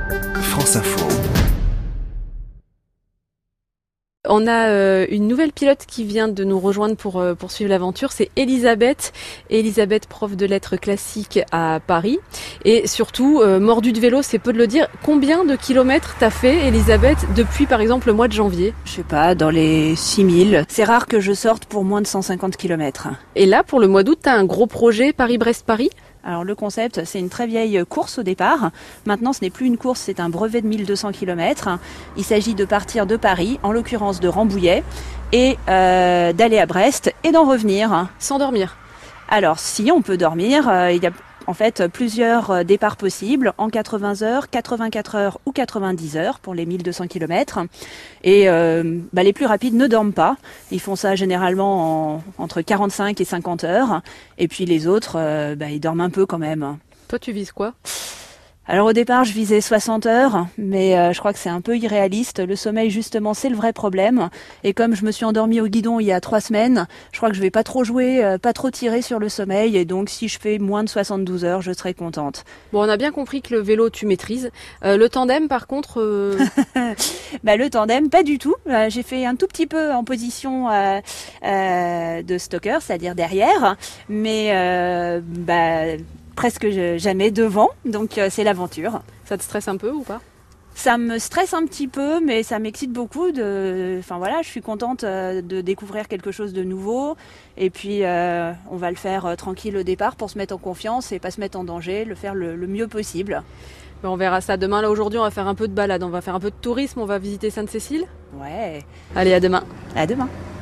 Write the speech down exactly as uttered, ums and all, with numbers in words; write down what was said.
France Info. On a euh, une nouvelle pilote qui vient de nous rejoindre pour euh, poursuivre l'aventure, c'est Elisabeth. Elisabeth, prof de lettres classiques à Paris. Et surtout, euh, mordue de vélo, c'est peu de le dire. Combien de kilomètres t'as fait, Elisabeth, depuis par exemple le mois de janvier? Je sais pas, dans les six mille. C'est rare que je sorte pour moins de cent cinquante kilomètres. Et là, pour le mois d'août, t'as un gros projet Paris-Brest-Paris? Alors le concept, c'est une très vieille course au départ. Maintenant, ce n'est plus une course, c'est un brevet de mille deux cents kilomètres. Il s'agit de partir de Paris, en l'occurrence de Rambouillet, et euh, d'aller à Brest et d'en revenir. Sans dormir? Alors si, on peut dormir. Euh, il y a en fait plusieurs départs possibles, en quatre-vingts heures, quatre-vingt-quatre heures ou quatre-vingt-dix heures pour les mille deux cents kilomètres. Et euh, bah, les plus rapides ne dorment pas. Ils font ça généralement en, entre quarante-cinq et cinquante heures. Et puis les autres, euh, bah, ils dorment un peu quand même. Toi, tu vises quoi? Alors au départ, je visais soixante heures, mais euh, je crois que c'est un peu irréaliste. Le sommeil, justement, c'est le vrai problème. Et comme je me suis endormie au guidon il y a trois semaines, je crois que je vais pas trop jouer, euh, pas trop tirer sur le sommeil. Et donc, si je fais moins de soixante-douze heures, je serai contente. Bon, on a bien compris que le vélo, tu maîtrises. Euh, le tandem, par contre... Euh... bah, le tandem, pas du tout. Euh, j'ai fait un tout petit peu en position euh, euh, de stalker, c'est-à-dire derrière. Mais... Euh, bah, presque jamais devant, donc euh, c'est l'aventure. Ça te stresse un peu ou pas? Ça me stresse un petit peu, mais ça m'excite beaucoup. De... Enfin voilà, je suis contente euh, de découvrir quelque chose de nouveau. Et puis euh, on va le faire euh, tranquille au départ pour se mettre en confiance et pas se mettre en danger, le faire le, le mieux possible. Ben, on verra ça demain. Là aujourd'hui, on va faire un peu de balade, on va faire un peu de tourisme, on va visiter Sainte-Cécile. Ouais. Allez, à demain. À demain.